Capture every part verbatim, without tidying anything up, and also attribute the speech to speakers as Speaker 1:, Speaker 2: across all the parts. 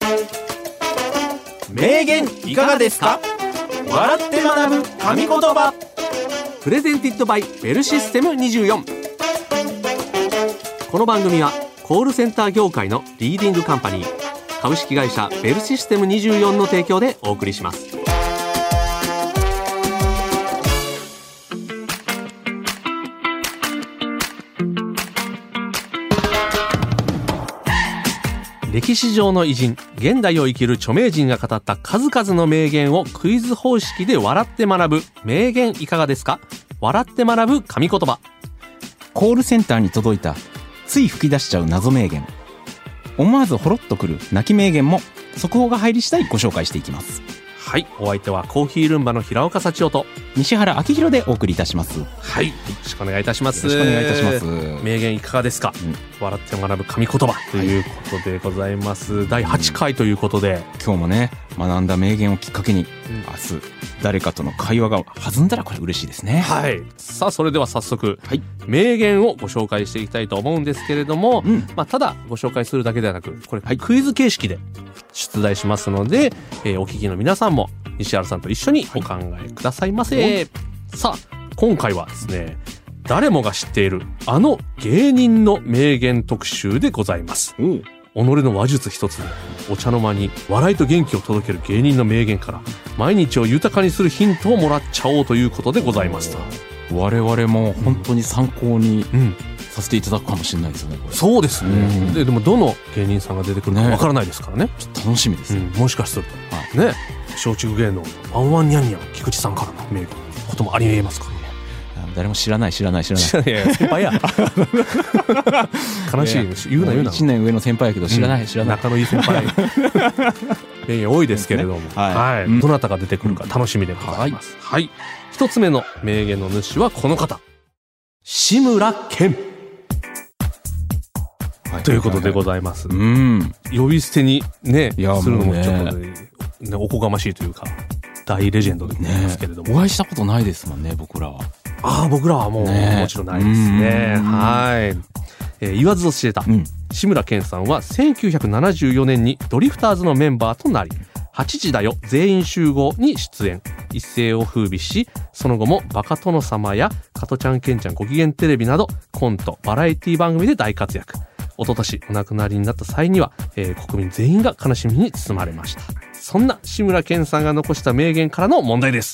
Speaker 1: 名言いかがですか？笑って学ぶ神言葉。
Speaker 2: プレゼンティッドバイベルシステムにじゅうよん。この番組はコールセンター業界のリーディングカンパニー株式会社ベルシステムにじゅうよんの提供でお送りします。歴史上の偉人、現代を生きる著名人が語った数々の名言をクイズ方式で笑って学ぶ名言いかがですか？笑って学ぶ神言葉。
Speaker 3: コールセンターに届いたつい吹き出しちゃう謎名言、思わずほろっとくる泣き名言も速報が入り次第ご紹介していきます。
Speaker 2: はい、お相手はコーヒールンバの平岡幸男と
Speaker 3: 西原明宏でお送りいたします。
Speaker 2: はい、よろしくお願いいたします。
Speaker 3: よろしくお願いいたします。
Speaker 2: 名言いかがですか、うん、笑って学ぶ神言葉ということでございます、はい、だいはちかいということで、
Speaker 3: 今日もね学んだ名言をきっかけに、うん、明日誰かとの会話が弾んだらこれ嬉しいですね。
Speaker 2: はい、さあそれでは早速、
Speaker 3: はい、
Speaker 2: 名言をご紹介していきたいと思うんですけれども、うん、まあ、ただご紹介するだけではなくこれ、はい、クイズ形式で出題しますので、えー、お聞きの皆さんも西原さんと一緒にお考えくださいませ、はい、さあ今回はですね、誰もが知っているあの芸人の名言特集でございます。己の話術一つでお茶の間に笑いと元気を届ける芸人の名言から毎日を豊かにするヒントをもらっちゃおうということでございます。
Speaker 3: 我々も本当に参考に、うん、させていただくかもしれないですよね。これ
Speaker 2: そうですね、うん、で, でもどの芸人さんが出てくるかわからないですからね。
Speaker 3: ちょっと楽しみですね、
Speaker 2: うん、もしかすると、はい、ね、松竹芸能ワンワンニャンニャン菊池さんからの名言こともありえますからね。
Speaker 3: 誰も知らない知らない知らない知ら
Speaker 2: ない先輩や悲しい、言うな言うな、
Speaker 3: いちねん上の先輩やけど知らない、うん、知らない、
Speaker 2: 仲のいい先輩名言多いですけれども、ね、はい、はい、うん、どなたが出てくるか楽しみでございます、はいはい、一つ目の名言の主はこの方、志村けん、はい、ということでございます、はいはいはい、うん、呼び捨てにねするのもちょっと ね, ねおこがましいというか大レジェンドでございますけれども、
Speaker 3: ね、お会いしたことないですもんね僕らは。
Speaker 2: ああ僕らはもう、ね、もちろんないですね。はい、えー、言わずと知れた、うん、志村けんさんはせんきゅうひゃくななじゅうよねんにドリフターズのメンバーとなりはちじだよ全員集合に出演、一世を風靡し、その後もバカ殿様や加トちゃんケンちゃんご機嫌テレビなどコントバラエティ番組で大活躍。一昨年お亡くなりになった際には、えー、国民全員が悲しみに包まれました。そんな志村けんさんが残した名言からの問題です。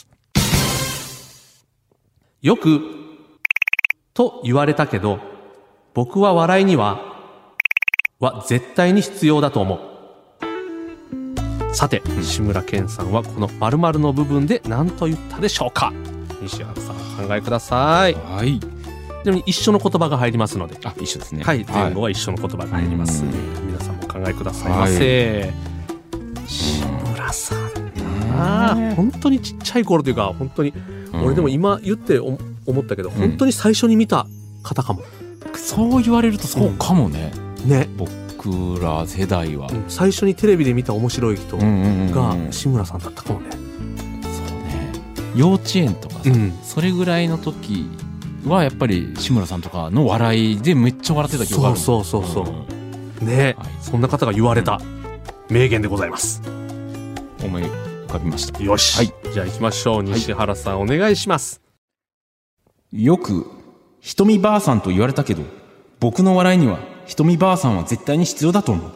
Speaker 2: よくと言われたけど僕は笑いにはは絶対に必要だと思う。さて、うん、志村けんさんはこの〇〇の部分で何と言ったでしょうか。西原さんお考えください。
Speaker 3: はい、
Speaker 2: ちなみに一緒の言葉が入りますので、
Speaker 3: あ、一緒ですね。
Speaker 2: はい、前後は一緒の言葉が入ります、はい、皆さんもお考えくださいませ、はい、志村さんな、本当にちっちゃい頃というか本当に、うん、俺でも今言って思ったけど、うん、本当に最初に見た方かも。
Speaker 3: そう言われるとそうかもね、
Speaker 2: うん、ね、
Speaker 3: 僕ら世代は、うん、
Speaker 2: 最初にテレビで見た面白い人が志村さんだったかもね。
Speaker 3: そうね、幼稚園とかさ、うん、それぐらいの時はやっぱり志村さんとかの笑いでめっちゃ笑ってた記憶がある。
Speaker 2: そうそうそうそう、うん、ね、はい、そんな方が言われた名言でございます。
Speaker 3: 思い浮かびました。
Speaker 2: よし、はい、じゃあ行きましょう。西原さん、はい、お願いします。
Speaker 3: よくひとみばあさんと言われたけど僕の笑いにはひとみばあさんは絶対に必要だと思う。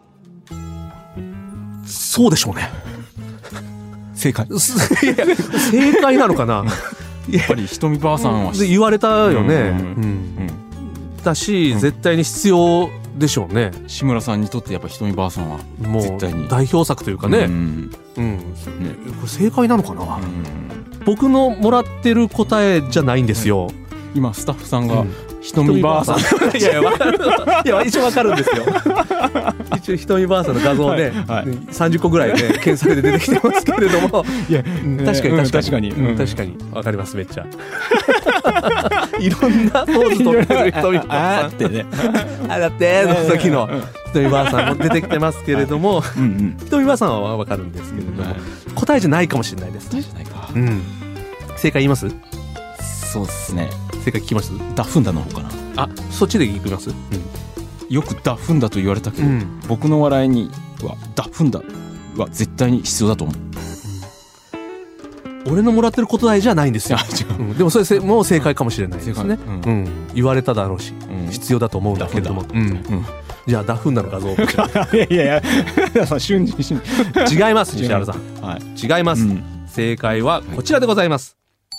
Speaker 2: そうでしょうね。
Speaker 3: 正解。
Speaker 2: いや正解なのかな。
Speaker 3: やっぱりひとみばあさんは
Speaker 2: 言われたよね、うんうんうん、だし、うん、絶対に必要でしょうね。
Speaker 3: 志村さんにとってやっぱひとみばあさんは絶対に
Speaker 2: もう代表作というかね、うんうん、ね、これ正解なのかな、うん、僕のもらってる答えじゃないんですよ、うん、今
Speaker 3: スタッフさんが、うん、ひとみばあさん
Speaker 2: いやいや分かるいや一応分かるんですよ一応ひとみばあさんの画像で、はいはい、さんじゅっこぐらいで、ね、検索で出てきてますけれどもいや確かに確かに、うん、確かに、うん、確かに分かります。めっちゃいろんなポーズ取ってるひとみばあさんってねあだっての時のひとみばあさんも出てきてますけれども、うんうん、ひとみばあさんは分かるんですけれども、はい、答えじゃないかもしれないです。
Speaker 3: 答えじゃないか、
Speaker 2: うん、正解言います？
Speaker 3: そうですね、
Speaker 2: 正解聞きます？
Speaker 3: ダフンダの方かな。
Speaker 2: あ、そっちで聞きます、うん、
Speaker 3: よくダフンダと言われたけど、うん、僕の笑いにはダフンダは絶対に必要だと思う。
Speaker 2: 俺のもらってる答えじゃないんですよ。うん、でもそれもう正解かもしれないですね。
Speaker 3: うん
Speaker 2: うん、言われただろうし、うん、必要だと思うんだけれども、うんうん、じゃあダフンダの画像をい
Speaker 3: やいやいや瞬時瞬
Speaker 2: 時違います西原さん、はい、違います、うん、正解はこちらでございます、はい、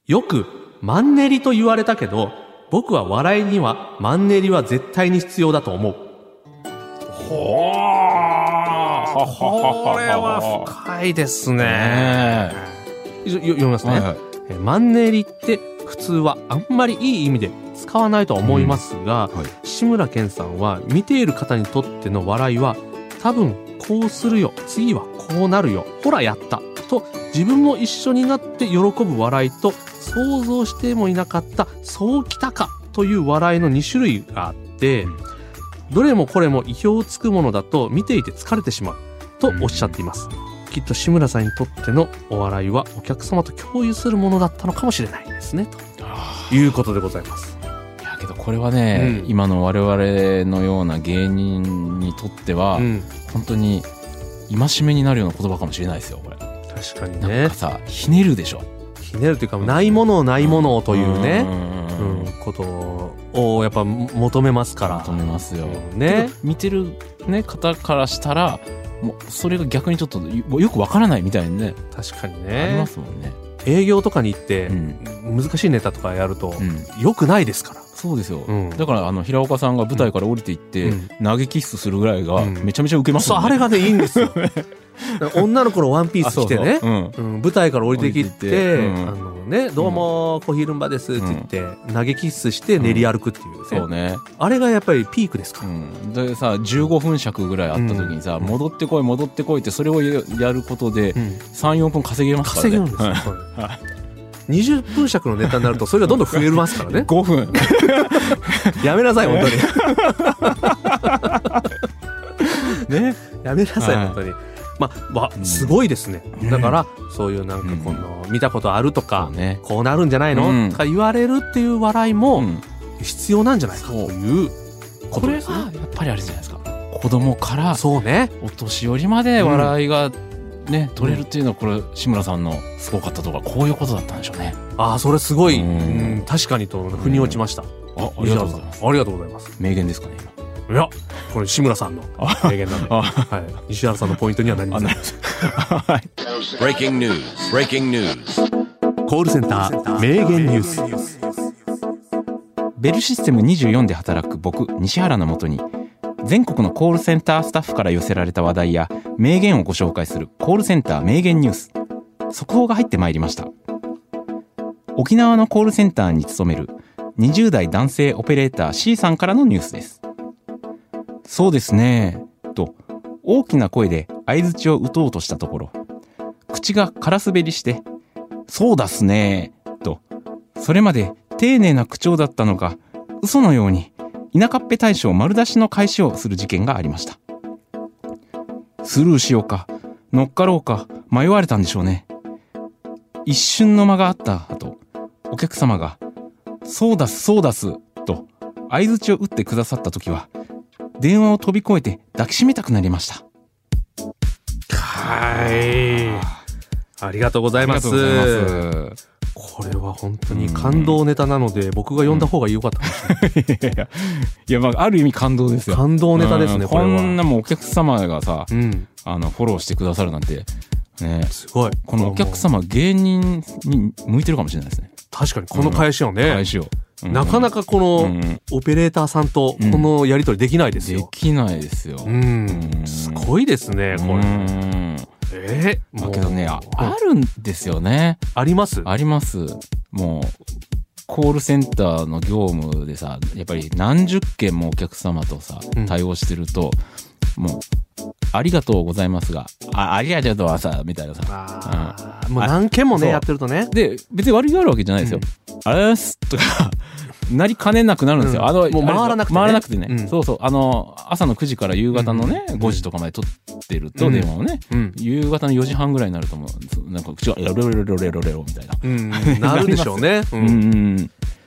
Speaker 2: よくマンネリと言われたけど僕は笑いにはマンネリは絶対に必要だと思う。ほー、これは深いですね。読みますね、はいはい、マンネリって普通はあんまりいい意味で使わないとは思いますが、うんはい、志村けんさんは見ている方にとっての笑いは多分こうするよ、次はこうなるよ、ほらやったと自分も一緒になって喜ぶ笑いと想像してもいなかったそうきたかという笑いのに種類があって、うん、どれもこれも意表をつくものだと見ていて疲れてしまうとおっしゃっています、うん、きっと志村さんにとってのお笑いはお客様と共有するものだったのかもしれないですねということでございます。
Speaker 3: いやけどこれはね、うん、今の我々のような芸人にとっては、うん、本当に戒めになるような言葉かもしれないですよこれ。
Speaker 2: 確かにね。
Speaker 3: なんかさひねるでしょ。
Speaker 2: ひねるというかないものをないものをというね、うんうん、ことをやっぱ求めますから。
Speaker 3: 求めますよ、ね、見てる、ね、方からしたらもうそれが逆にちょっとよくわからないみたいにね。
Speaker 2: 確かにね
Speaker 3: ありますもんね。
Speaker 2: 営業とかに行って難しいネタとかやると良くないですから、うん、
Speaker 3: そうですよ、うん、だからあの平岡さんが舞台から降りていって、うん、投げキッスするぐらいがめちゃめちゃウケますもんね、
Speaker 2: うん、そうあれがねいいんですよ女の子のワンピース着てね、そうそう、うんうん、舞台から降りてきて、うん、あのね、どうも小昼間ですって言って、うん、投げキッスして練り歩くっていう、ね、うん、そうね、あれがやっぱりピークですから、うん、
Speaker 3: でさじゅうごふん尺ぐらいあった時にさ、うん、戻ってこい戻ってこいってそれをやることで、うん、さんよんぷん稼げますからね。
Speaker 2: 稼げるんですよにじゅっぷん尺のネタになるとそれがどんどん増えますからね
Speaker 3: ごふん
Speaker 2: やめなさい本当にね、やめなさい本当に、まあ、すごいですね、うん、だからそういうなんかこの、うん、見たことあるとか、ね、こうなるんじゃないの、うん、とか言われるっていう笑いも必要なんじゃないかということですね。
Speaker 3: これがやっぱりあれじゃないですか、子供から
Speaker 2: そうね
Speaker 3: お年寄りまで笑いがね、取れるっていうのはこれ志村さんのすごかったとかこういうことだったんでしょうね。
Speaker 2: ああそれすごい、うん、確かにと腑に落ちました。
Speaker 3: あ、ありがとうございます。
Speaker 2: ありがとうございます。
Speaker 3: 名言ですかね
Speaker 2: 今。いやこれ志村さんの名言なんで、はい、西原さんのポイントにはなりません。はい。Breaking news, breaking news。コールセンター名言ニュース。
Speaker 3: ベルシステムにじゅうよんで働く僕西原のもとに全国のコールセンタースタッフから寄せられた話題や名言をご紹介するコールセンター名言ニュース。速報が入ってまいりました。沖縄のコールセンターに勤めるにじゅう代男性オペレーター C さんからのニュースです。そうですねと大きな声で相槌を打とうとしたところ、口が空滑りしてそうだっすねとそれまで丁寧な口調だったのが嘘のように田舎っぺ大将丸出しの返しをする事件がありました。スルーしようか乗っかろうか迷われたんでしょうね。一瞬の間があった後、お客様がそうだすそうだすと相槌を打ってくださった時は電話を飛び越えて抱きしめたくなりました。
Speaker 2: はい、ありがとうございます。ありがとうございます。これは本当に感動ネタなので、僕が読んだ方が良かったかもしれない。いや
Speaker 3: いや、まあある意味感動ですよ。
Speaker 2: 感動ネタですね。これは
Speaker 3: こんなもんお客様がさ、うん、あのフォローしてくださるなんてね、
Speaker 2: すごい。
Speaker 3: このお客様芸人に向いてるかもしれないですね。
Speaker 2: 確かにこの返しをね、
Speaker 3: 返しを、
Speaker 2: うん、なかなかこのオペレーターさんとこのやり取りできないですよ。
Speaker 3: できないですよ。
Speaker 2: うん、すごいですねこれ。うんえー、
Speaker 3: だけどね、あるんですよね。
Speaker 2: あります
Speaker 3: あります。もうコールセンターの業務でさ、やっぱり何十件もお客様とさ対応してると、うん、もうありがとうございますが、あ、ありがとうはさみたいなさ、
Speaker 2: あ、うん、もう何件もねやってるとね、
Speaker 3: で別に悪気があるわけじゃないですよ。うん、あれですとかなりかねなくなるんですよ。うん、あの
Speaker 2: もう回らなくてね。
Speaker 3: 回らなくてね、うん。そうそう。あの朝のくじから夕方のね、うん、ごじとかまで取ってると、うん、電話をね、うん、夕方のよじはんぐらいになるともうなんか口がロレロレロレロレロみたいな、
Speaker 2: うん、なるでしょうね。うん。
Speaker 3: うん、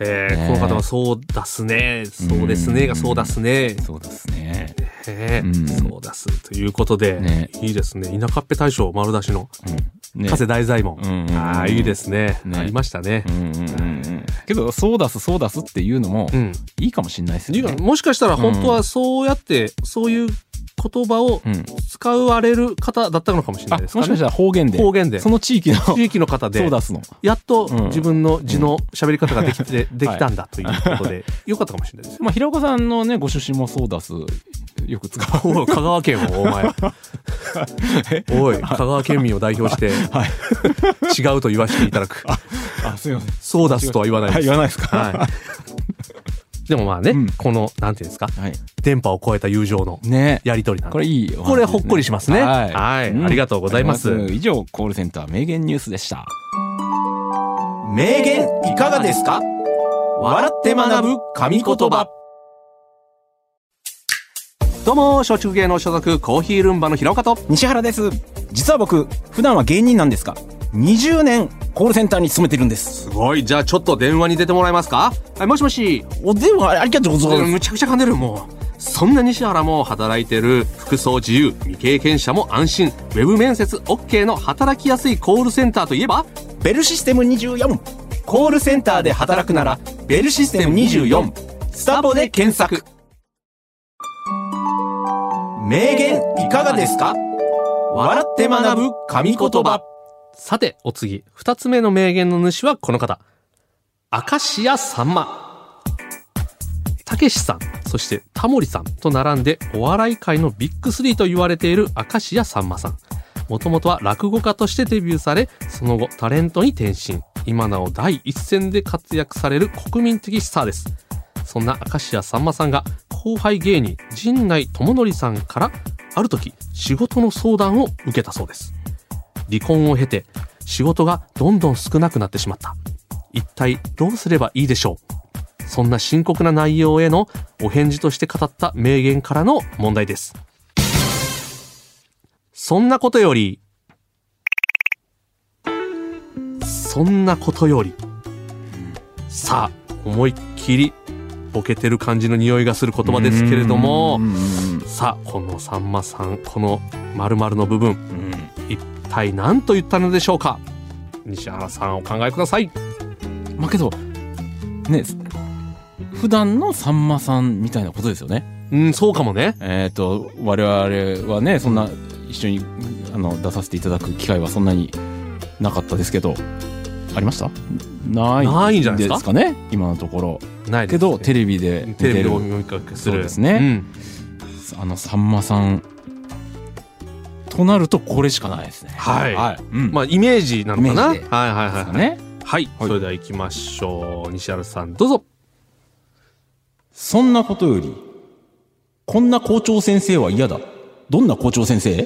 Speaker 2: えー
Speaker 3: ね
Speaker 2: この方はそうだすね、そうですねがそうだすね、
Speaker 3: そうですね。
Speaker 2: えー
Speaker 3: うん
Speaker 2: そうだすということで、
Speaker 3: ね
Speaker 2: いいですね。田舎っぺ大将丸出しの
Speaker 3: うんね
Speaker 2: 加瀬大左衛門、
Speaker 3: うんうんうん
Speaker 2: ああいいですね、
Speaker 3: ね
Speaker 2: ありましたね
Speaker 3: う。んうんうんうんけどそうだすそうだすっていうのも
Speaker 2: うん。
Speaker 3: いいかもしれないですよね。
Speaker 2: もしかしたら本当はそうやって、そういう言葉を
Speaker 3: うん
Speaker 2: 使われる方だったのかもしれな
Speaker 3: あ
Speaker 2: いですかね。
Speaker 3: もしかしたら方言で
Speaker 2: 方言で
Speaker 3: その地域の
Speaker 2: 地域の方で
Speaker 3: そうだすの。
Speaker 2: やっと
Speaker 3: うん
Speaker 2: 自分の字の喋り方ができて、できたんだということで、よかったかもしれないです。
Speaker 3: まあ平岡さんのねご出身もそうだすよく使う。
Speaker 2: おい香川県をお前おい香川県民を代表して
Speaker 3: はい。
Speaker 2: 違うと言わせていただく。
Speaker 3: あすみません。
Speaker 2: そうだすとは言わないです。
Speaker 3: はい言わないですか。
Speaker 2: はい。でもまあね、
Speaker 3: うん
Speaker 2: このなんていうんですか、
Speaker 3: はい。
Speaker 2: 電波を超えた友情の
Speaker 3: ね。
Speaker 2: やりとりなんで
Speaker 3: これいいお話ですね。
Speaker 2: これほっこりしますね。
Speaker 3: はい。
Speaker 2: はい
Speaker 3: うん
Speaker 2: ありがとうございます。
Speaker 3: ありがとうございます以上コールセンター名言ニュースでした。
Speaker 1: 名言いかがですか？笑って学ぶ神言葉。
Speaker 2: どうも松竹芸能所属コーヒールンバの平岡と。
Speaker 3: 西原です。実は僕普段は芸人なんですがにじゅうねんコールセンターに勤めてるんです。
Speaker 2: すごい。じゃあちょっと電話に出てもらえますか？はい、もしもし。
Speaker 3: お電話ありがとうございます。
Speaker 2: むちゃくちゃ噛んでる。もうそんな西原も働いてる、服装自由、未経験者も安心、ウェブ面接 OK の働きやすいコールセンターといえば
Speaker 3: ベルシステムにじゅうよん。
Speaker 1: コールセンターで働くならベルシステムにじゅうよん。スタボで検索。名言いかがですか？笑って学ぶ神言葉。
Speaker 2: さてお次、二つ目の名言の主はこの方、明石家さんま。たけしさん、そしてタモリさんと並んでお笑い界のビッグスリーと言われている明石家さんまさん。もともとは落語家としてデビューされ、その後タレントに転身。今なお第一線で活躍される国民的スターです。そんな明石家さんまさんが後輩芸人陣内智則さんからある時仕事の相談を受けたそうです。離婚を経て仕事がどんどん少なくなってしまった。一体どうすればいいでしょう。そんな深刻な内容へのお返事として語った名言からの問題です。そんなことよりそんなことよりさあ思いっきりボケてる感じの匂いがする言葉ですけれども、さあこのさんまさん、この〇〇の部分、一体何と言ったのでしょうか。西原さんお考えください。
Speaker 3: まあけどね普段のさんまさんみたいなことですよね。
Speaker 2: うんそうかもね。
Speaker 3: えっ、と我々はねそんな一緒にあの出させていただく機会はそんなになかったですけど、ありました？ない
Speaker 2: ないんじゃないですか
Speaker 3: ですかね今のところ。
Speaker 2: ないですね。
Speaker 3: けどテレビで見
Speaker 2: テレビでお
Speaker 3: てる
Speaker 2: 見かけする。
Speaker 3: そうですね、あのさんまさんとなるとこれしかないですね。
Speaker 2: はい
Speaker 3: はいうん
Speaker 2: まあイメージなのかな。はい
Speaker 3: イメージで
Speaker 2: はいはいはい。
Speaker 3: ですかね。
Speaker 2: はい、
Speaker 3: はい
Speaker 2: それでは行きましょう。西原さんどうぞ。
Speaker 3: そんなことよりこんな校長先生は嫌だ。どんな校長先生？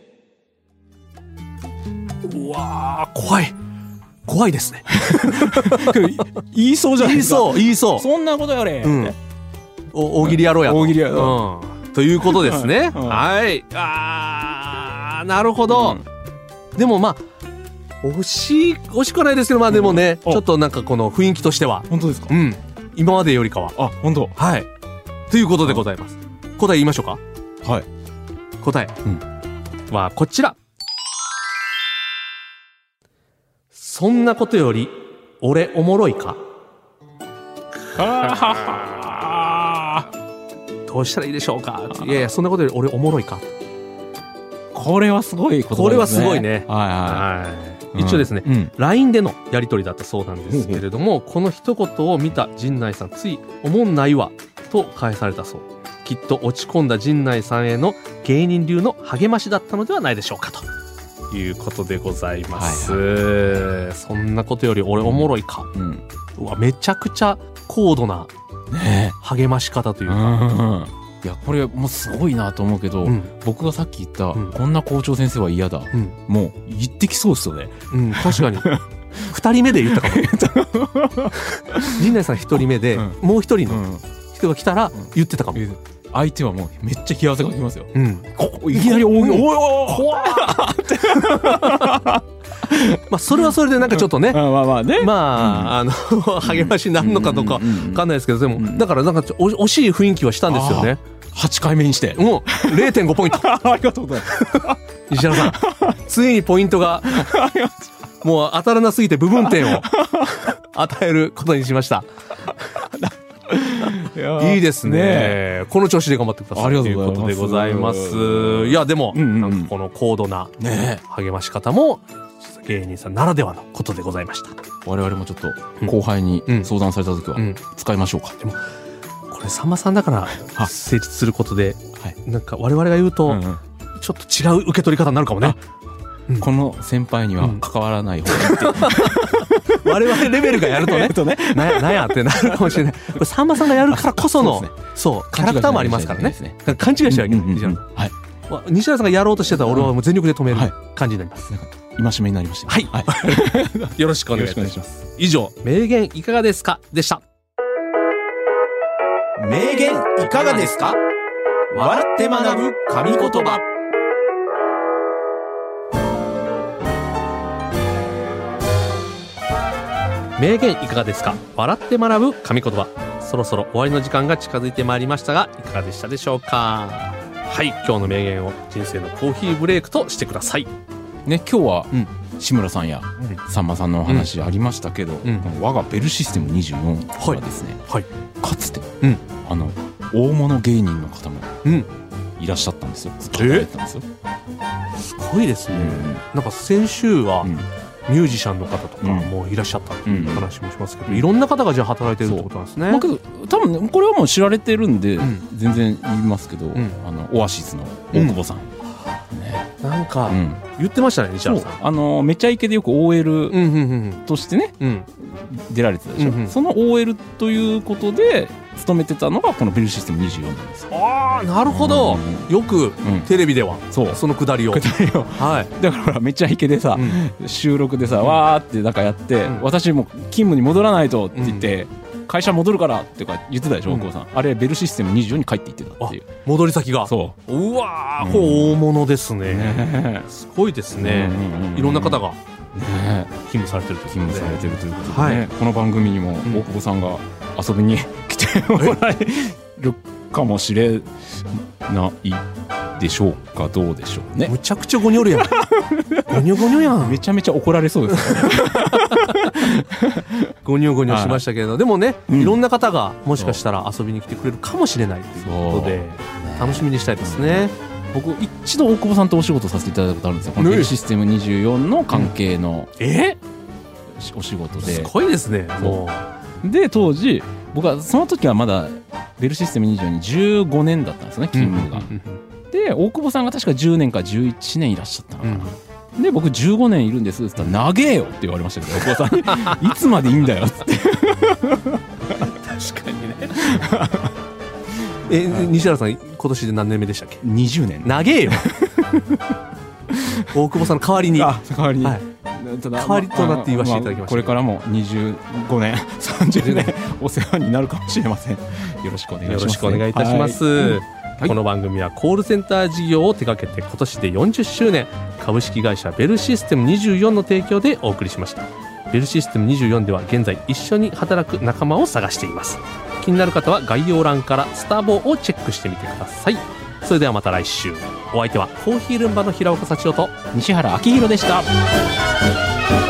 Speaker 2: うわー怖い怖いですね。
Speaker 3: 言いそうじゃない
Speaker 2: 言い
Speaker 3: ですか。
Speaker 2: そう言いそう。
Speaker 3: そんなことやれ、
Speaker 2: うんお大喜利野郎やと。
Speaker 3: 大喜利野郎
Speaker 2: うんということですね。
Speaker 3: うん
Speaker 2: はいあーなるほど、でもまあ惜しい惜しくはないですけど、まあでもね、
Speaker 3: うん
Speaker 2: ちょっとなんかこの雰囲気としては
Speaker 3: 本当ですか？
Speaker 2: うん今までよりかは
Speaker 3: あ本当。
Speaker 2: はいということでございます。答え言いましょうか。
Speaker 3: はい。
Speaker 2: 答えはこちら。そんなことより俺おもろいか。どうしたらいいでしょうか。いやいやそんなことより俺おもろいか。
Speaker 3: これはすごいことですね。
Speaker 2: これはすごいね。
Speaker 3: はいは
Speaker 2: はい
Speaker 3: い。
Speaker 2: 一応ですね、
Speaker 3: うん
Speaker 2: ライン でのやり取りだったそうなんですけれども、この一言を見た陣内さん、ついおもんないわと返されたそう。きっと落ち込んだ陣内さんへの芸人流の励ましだったのではないでしょうかということでございます、はいはい、そんなことより俺おもろいか、うん、うわめちゃくちゃ高度な励まし方というか、
Speaker 3: うんいやこれもうすごいなと思うけど、うん、僕がさっき言った、うん、こんな校長先生は嫌だ、うん、もう言ってきそうですよね、
Speaker 2: うん、確かに二人目で言ったかも陣内さん一人目で、うん、もう一人の人が来たら言ってたかも、
Speaker 3: 相手はもうめっちゃ冷や汗がきますよ、
Speaker 2: うん、
Speaker 3: こいきなり大喜利、おいおいおい怖い
Speaker 2: まあそれはそれでなんかちょっとね、
Speaker 3: まあまあまあね。
Speaker 2: まあ、あの励ましになるのかどうか分かんないですけど、でもだからなんかお惜しい雰囲気はしたんですよね。
Speaker 3: はちかいめにして。
Speaker 2: もう れいてんご ポイント。
Speaker 3: ありがとうございます。
Speaker 2: 西原さん、ついにポイントがもう当たらなすぎて部分点を与えることにしました。いいですね、ね、この調子で頑張ってください。
Speaker 3: ありがとう
Speaker 2: ということでございます。いやでも、うんうん、なんかこの高度な励まし方も芸人さんならではのことでございました。
Speaker 3: 我々もちょっと後輩に相談された時は使いましょうか。うんうん、でも
Speaker 2: これさんまさんだから成立することで、はい、なんか我々が言うと、うんうん、ちょっと違う受け取り方になるかもね。
Speaker 3: うん、この先輩には関わらない方がいいって、
Speaker 2: うん、我々レベルがやるとねとねなや、なんやってなるかもしれない。これさんまさんがやるからこそのそう、ね、そうキャラクターもありますからね。勘違いしちゃいけない。西原さんがやろうとしてたら俺はもう全力で止める感じになります。
Speaker 3: なんか戒めになりました。
Speaker 2: はい、はい、よろしくお願いします。以上名言いかがですかでした。
Speaker 1: 名言いかがですか。笑って学ぶ神言葉。
Speaker 2: 名言いかがですか。笑って学ぶ神言葉。そろそろ終わりの時間が近づいてまいりましたが、いかがでしたでしょうか。はい、今日の名言を人生のコーヒーブレイクとしてください
Speaker 3: ね。今日は、うん志村さんやさんまさんのお話ありましたけど、うん、我がベルシステムにじゅうよんはですね、はいはい、かつて、うん、あの大物芸人の方もいらっしゃったんですよ。ずっと働いてたんですよ。
Speaker 2: すごいですね、うん、なんか先週は、うん、ミュージシャンの方とかもいらっしゃったっていう話もしますけど、うん、いろんな方がじゃあ働いてるってことなんですね。
Speaker 3: まあ、けど多分ねこれはもう知られてるんで、うん、全然言いますけど、うん、あのオアシスの大久保さん、うん
Speaker 2: ね、なんか言ってましたね、西原さん。
Speaker 3: あのめちゃイケでよく オーエル としてね、うんうんうん、出られてたでしょ、うんうん、その オーエル ということで勤めてたのがこのベルシステムにじゅうよんなんですよ。
Speaker 2: ああなるほど、うん、よく、うん、テレビでは、うん、そうそのくだりを、
Speaker 3: はい、だからほらめちゃイケでさ、うん、収録でさ、うん、わーってなんかやって、うん、私も勤務に戻らないとって言って、うん会社戻るからってか言ってたでしょ、大久保さん。あれベルシステムにじゅうよんに帰っていってたっていう
Speaker 2: 戻り先が。
Speaker 3: そう
Speaker 2: うわー、うん、これ大物ですね、ねすごいですね、うんうんうん、いろんな方が、ね、勤務されてるということで、
Speaker 3: 勤務されてるということで、ねはい、この番組にも大久保さんが遊びに来てもらえるかもしれないでしょうか。どうでしょうね。
Speaker 2: むちゃくちゃゴニョるやんゴニョゴニョやん。
Speaker 3: めちゃめちゃ怒られそうですからね
Speaker 2: ゴニョゴニョしましたけど、でもね、うん、いろんな方がもしかしたら遊びに来てくれるかもしれないということで楽しみにしたいですね。
Speaker 3: 僕一度大久保さんとお仕事させていただいたことあるんですよ。このベルシステムにじゅうよんの関係の、うん、えお仕事で。
Speaker 2: すごいですね。も
Speaker 3: うで当時僕はその時はまだベルシステムにじゅうよんにじゅうごねんだったんですよね、勤務が、うんうんうんうん、で大久保さんが確かじゅうねんかじゅういちねんいらっしゃったのかな、うん、で僕じゅうごねんいるんですって言ったら長えよって言われましたけど、大久保さんにいつまでいいんだよっつって
Speaker 2: 確かにねえ、はい、西原さん今年で何年目でしたっけ。
Speaker 3: にじゅうねん。
Speaker 2: 長えよ大久保さんの代わりに
Speaker 3: あ代わりに、はい、
Speaker 2: ただ代わりとなって言わせていただきました、まあまあ、
Speaker 3: これからもにじゅうごねんさんじゅうねんお世話になるかもしれません。よろしくお願いします、ね、
Speaker 2: よろしくお願いいたします、はいはい、この番組はコールセンター事業を手掛けて今年でよんじゅっしゅうねん株式会社ベルシステムにじゅうよんの提供でお送りしました。ベルシステムにじゅうよんでは現在一緒に働く仲間を探しています。気になる方は概要欄からスタボをチェックしてみてください。それではまた来週。お相手はコーヒールンバの平岡幸男と
Speaker 3: 西原明宏でした。